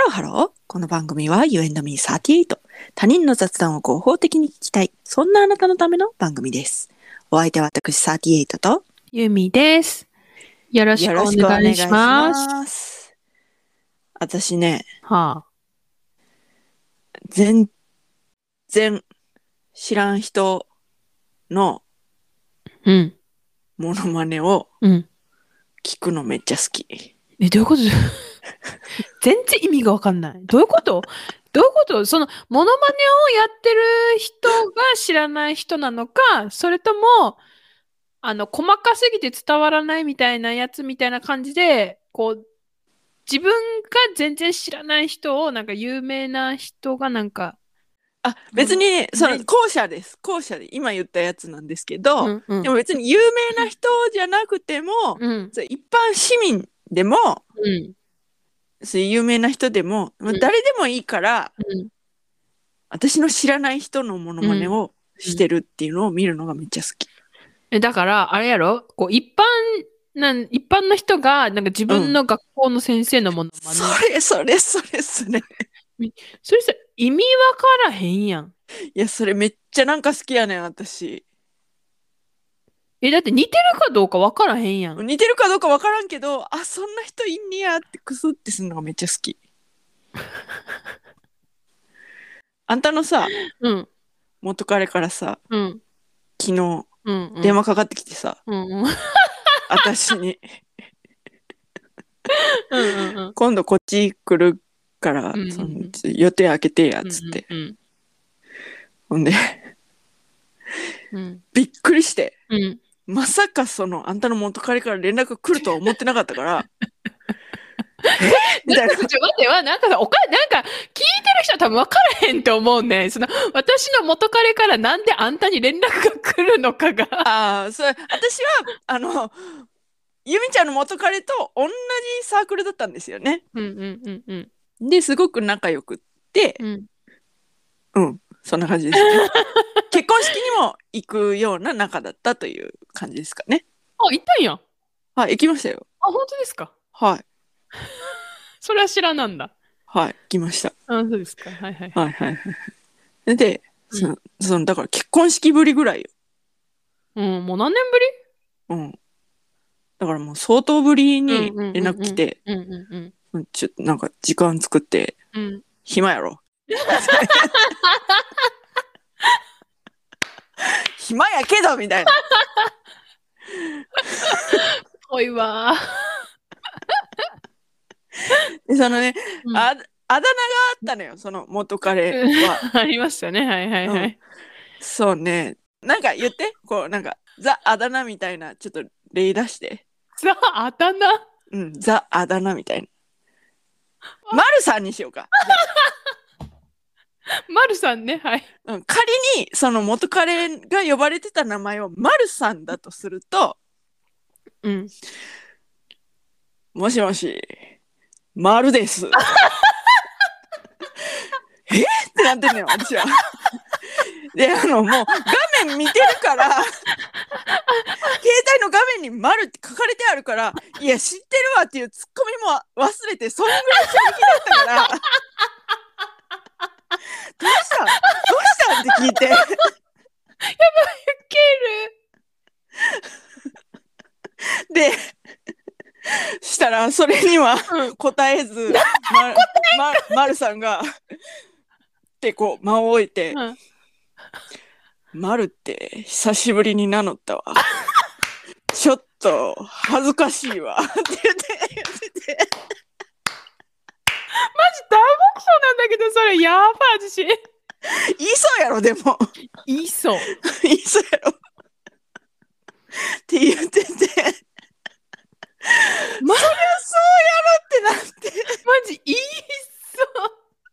ローハロー。この番組は You and me38。他人の雑談を合法的に聞きたい。そんなあなたのための番組です。お相手は私38とゆみです。よろしくお願いします。 私ね、 はあ、 全然知らん人のモノマネを聞くのめっちゃ好き。 どういうこと全然意味がわかんない。どういうことその、モノマネをやってる人が知らない人なのか、それとも、細かすぎて伝わらないみたいなやつみたいな感じで、こう、自分が全然知らない人を、なんか有名な人がなんか、 別にその後者です。後者で今言ったやつなんですけど、でも別に有名な人じゃなくても、一般市民でも、そういう有名な人でも、誰でもいいから、私の知らない人のモノマネをしてるっていうのを見るのがめっちゃ好き。 だからあれやろ、こう一般の人がなんか自分の学校の先生のモノマネ、 それそれさ意味わからへんやん。 いや、それめっちゃなんか好きやねん、私。 だって似てるかどうかわからへんやん。 似てるかどうかわからんけど、そんな人いんねやってクスってするのがめっちゃ好き。あんたのさ、元彼からさ、昨日、電話かかってきてさ、私に今度こっち来るから、予定開けてやっつって、ほんで、びっくりして、まさかあんたの元彼から連絡来るとは思ってなかったからみたいな。 待ってはなんか聞いてる人は多分分からへんと思うね。私の元彼からなんであんたに連絡が来るのかが。 私はゆみちゃんの元彼と同じサークルだったんですよね。ですごく仲良くって、そんな感じですね。結婚式にも行くような仲だったという感じですかね。 行ったんや。 はい、行きましたよ。 本当ですか。 はい。 それは知らなんだ。 はい、行きました。 そうですか。はい。 で、だから結婚式ぶりぐらいよ。 もう何年ぶり？だからもう相当ぶりに連絡来て、ちょっとなんか時間作って、暇やろ。暇やけどみたいな。 おいわ。 であだ名があったのよ、その元彼は。 ありましたね。はい。 そうね。なんか言って、こうなんかザあだ名みたいな、ちょっと例出して。 ザあだ名？ ザあだ名みたいな。マルさんにしようか。 マルさんね。はい。 仮にその元彼が呼ばれてた名前をマルさんだとすると、もしもし、マルです。ってなってんのよ、私は。で、もう画面見てるから、携帯の画面にマルって書かれてあるから、いや、知ってるわっていうツッコミも忘れて、そんぐらい衝撃だったから、どうしたって聞いて。やばい、ウケる。で、したら、それには答えず、マルさんが、ってこう、間を置いて、マルって久しぶりに名乗ったわ。ちょっと恥ずかしいわ。って言って。 マジ大爆笑なんだけど、それやばい、私。 言いそうやろ、でも。 言いそうやろ。って言ってて。そりゃそうやろってなって。 マジ言いそう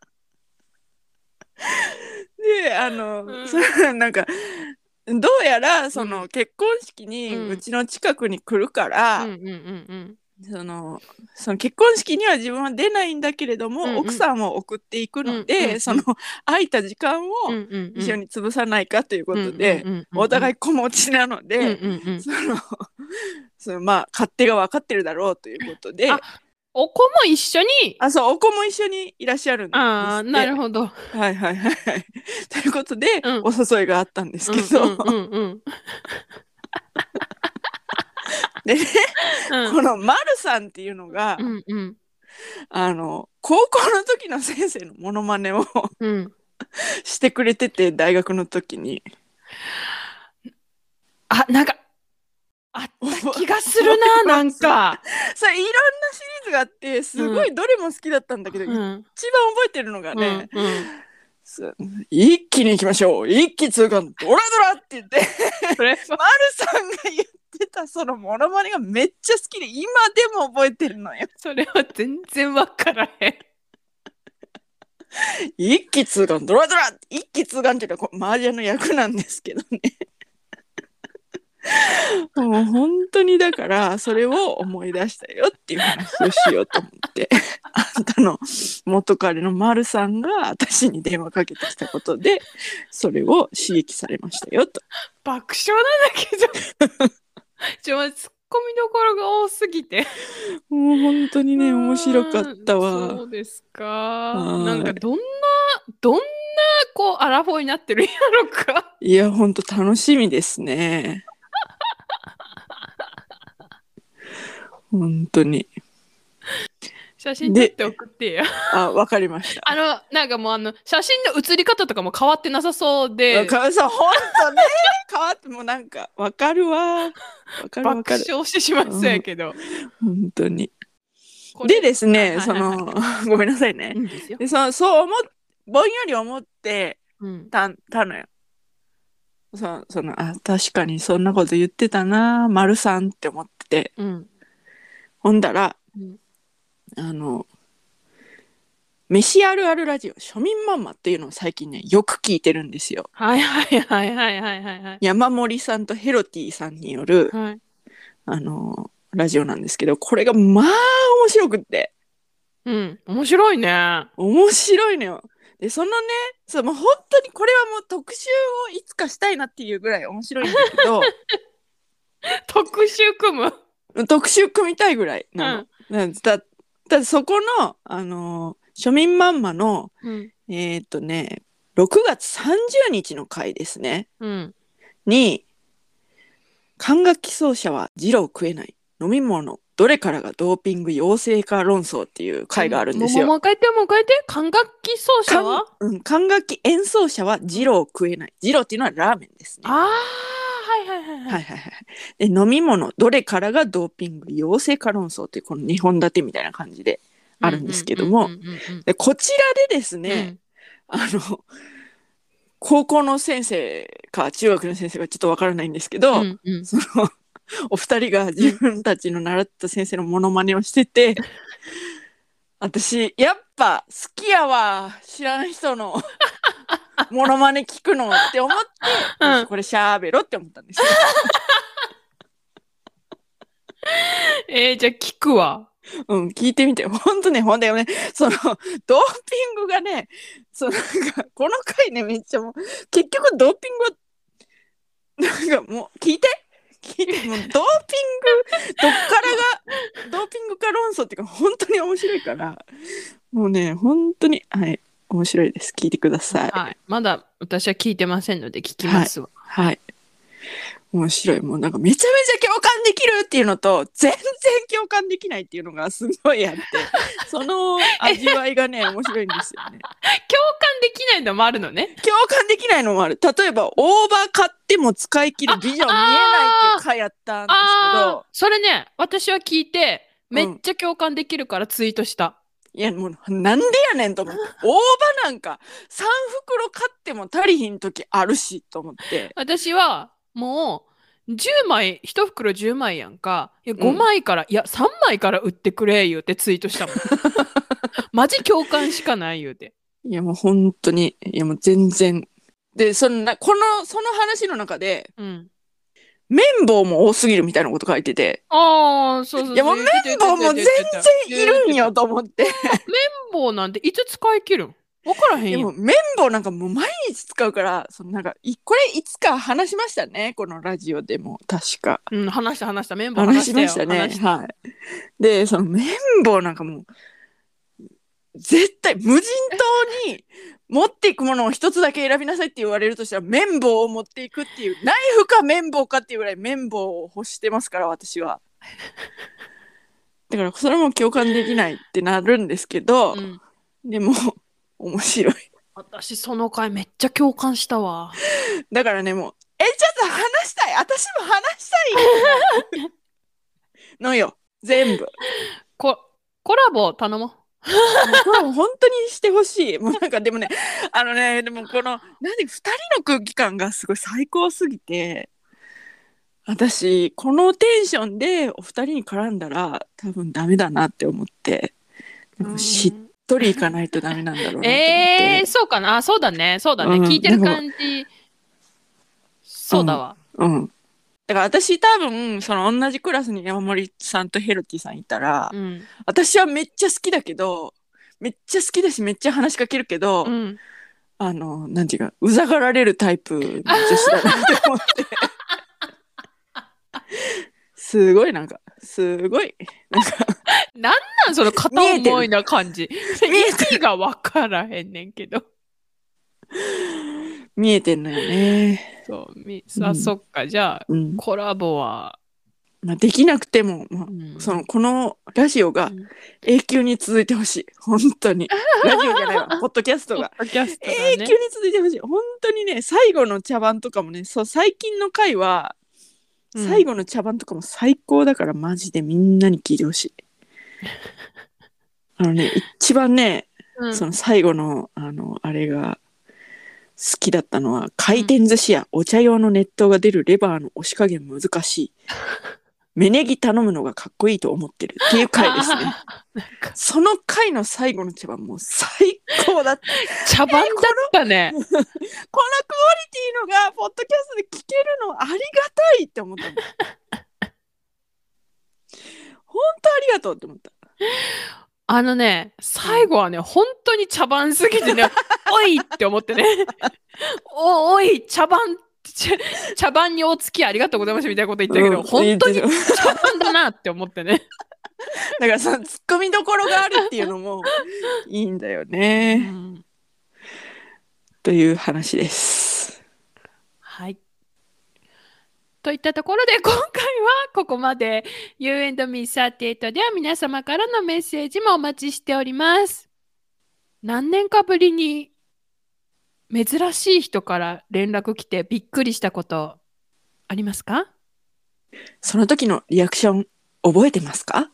で、なんか、どうやらその結婚式にうちの近くに来るから、その結婚式には自分は出ないんだけれども、奥さんを送っていくので、その空いた時間を一緒に潰さないかということで、お互い子持ちなので、まあ勝手が分かってるだろうということで、 お子も一緒に。 そう、お子も一緒にいらっしゃるんですって。 なるほど。 はいはいはい。ということで、お誘いがあったんですけど。でね、この丸さんっていうのが、高校の時の先生のモノマネをしてくれてて、大学の時に。 なんか、あった気がするな、なんか。 いろんなシリーズがあって、すごいどれも好きだったんだけど、一番覚えてるのがね、一気に行きましょう、一気通貫、ドラドラって言って、丸さんが言ってたそのモノマネがめっちゃ好きで、今でも覚えてるのよ。 それは全然わからへん。 一気通貫、ドラドラ、一気通貫っていうのは麻雀の役なんですけどね。もう本当にだからそれを思い出したよっていう話をしようと思ってあんたの元彼の丸さんが私に電話かけてきたことでそれを刺激されましたよと。 爆笑なんだけどツッコミどころが多すぎてもう本当にね面白かったわ。 そうですか。なんかどんなこうアラフォーになってるんやろか。 いや本当楽しみですね。本当に。 写真撮って送ってや。 わかりました。 なんかもう写真の写り方とかも変わってなさそうで。 そう本当ね変わってもなんかわかるわ。 爆笑してしまいそうやけど。 本当に。でですね、ごめんなさいね。でそうぼんやり思ってたのよ。確かにそんなこと言ってたな丸さんって思ってて、ほんだら、飯あるあるラジオ庶民マンマっていうのを最近ねよく聞いてるんですよ。山森さんとヘロティさんによる、ラジオなんですけど、これがまあ面白くって。 面白いね。 面白いのよ。でもう本当にこれはもう特集をいつかしたいなっていうぐらい面白いんだけど特集組みたいぐらいなの。だそこの庶民マンマの、6月30日の回ですね、に管楽器奏者はジロー食えない、飲み物どれからがドーピング陽性か論争っていう回があるんですよ。 もう一回言って。管楽器奏者は管楽器演奏者はジロー食えない。ジローっていうのはラーメンですね。で飲み物どれからがドーピング陽性か論争っていうこの2本立てみたいな感じであるんですけども、こちらでですね、高校の先生か中学の先生かちょっとわからないんですけど、お二人が自分たちの習った先生のモノマネをしてて、私やっぱ好きやわ知らん人のモノマネ聞くのって思って、これしゃべろって思ったんですよ。 じゃあ聞くわ。 聞いてみて。ほんとね、ほんだよね。ドーピングがね、なんか、この回ね、めっちゃもう、結局ドーピングは、なんかもう、聞いて、もうドーピング、どっからが、ドーピングか論争っていうか、本当に面白いから、もうね、本当に、面白いです。聞いてください。 まだ私は聞いてませんので聞きますわ。 面白い。もうなんかめちゃめちゃ共感できるっていうのと全然共感できないっていうのがすごいあってその味わいがね面白いんですよね。共感できないのもあるのね。 共感できないのもある。例えばオーバー買っても使い切るビジョン見えないっていう回やったんですけど、 それね私は聞いてめっちゃ共感できるからツイートした。 いやもうなんでやねんと思って大葉なんか3袋買っても足りひん時あるしと思って。 私はもう10枚1袋10枚やんか。いや5枚から、いや3枚から売ってくれ言うてツイートしたもん。マジ共感しかない言うて。 いやもう本当にいやもう全然でその話の中で、綿棒も多すぎるみたいなこと書いてて、 そういやもう綿棒も全然いるんよと思って。 綿棒なんていつ使い切るん？ 分からへんよ。 でも綿棒なんかもう毎日使うから、なんかこれいつか話しましたね、このラジオでも確か。 話した綿棒話したよ。 話しましたね。はい。でその綿棒なんかもう絶対無人島に持っていくものを一つだけ選びなさいって言われるとしたら綿棒を持っていくっていう、ナイフか綿棒かっていうぐらい綿棒を欲してますから私は。だからそれも共感できないってなるんですけど、でも面白い。 私その回めっちゃ共感したわ。 だからね、もうちょっと話したい、私も話したいのよ全部。 コラボ頼もう。 これも本当にしてほしい。もうなんかでもね、でもこの2人の空気感がすごい最高すぎて、私このテンションでお二人に絡んだら多分ダメだなって思って、しっとりいかないとダメなんだろうなと思って。 そうかな。そうだね、聞いてる感じそうだわ。 だから私多分同じクラスに山森さんとヘロティさんいたら、私はめっちゃ好きだけど、めっちゃ好きだしめっちゃ話しかけるけど、なんていうかうざがられるタイプの女子だなって思ってすごいなんかなんその片思いな感じ。意味が分からへんねんけど。 見えてんのよね。 そっか、じゃあ、コラボはできなくても、このラジオが永久に続いてほしい。本当に。ラジオじゃないわ、ポッドキャストが永久に続いてほしい。本当にね、最後の茶番とかもね、最近の回は最後の茶番とかも最高だから、マジでみんなに聞いてほしい。一番ね、最後のあれが好きだったのは、回転寿司やお茶用の熱湯が出るレバーの押し加減難しい。芽ネギ頼むのがかっこいいと思ってるっていう回ですね。その回の最後の茶番もう最高だった。 茶番だったね。 このクオリティのがポッドキャストで聞けるのありがたいって思ったの。本当ありがとうって思った。 最後はね、本当に茶番すぎてね、おいって思ってね。おい、茶番にお付き合いありがとうございましたみたいなこと言ったけど、本当に茶番だなって思ってね。 だからツッコミどころがあるっていうのもいいんだよね。という話です。 はい。といったところで今回はここまで You and me38 では皆様からのメッセージもお待ちしております。何年かぶりに珍しい人から連絡来てびっくりしたことありますか？ その時のリアクション覚えてますか？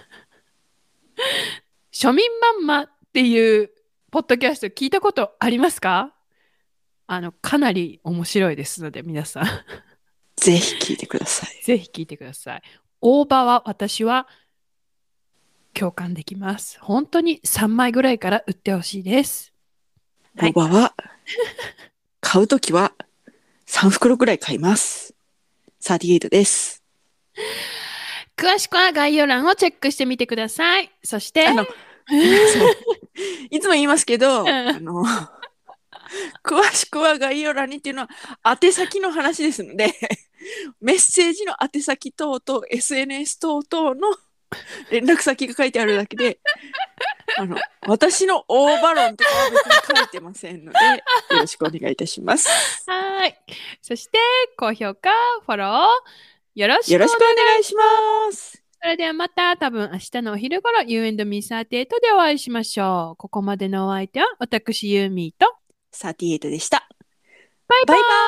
庶民マンマっていうポッドキャスト聞いたことありますか？かなり面白いですので皆さんぜひ聞いてください。 ぜひ聞いてください。大葉は私は共感できます。本当に3枚ぐらいから売ってほしいです。 大葉は買うときは3袋ぐらい買います。38です。 詳しくは概要欄をチェックしてみてください。そしていつも言いますけど、詳しくは概要欄にっていうのは宛先の話ですのでメッセージの宛先等々 SNS 等々の連絡先が書いてあるだけで私の大バロンとかは別に書いてませんのでよろしくお願いいたします。 はい。そして高評価フォローよろしくお願いします。 それではまた多分明日のお昼頃 You and me38 でお会いしましょう。ここまでのお相手は私ユーミーと 38でした。 バイバイ。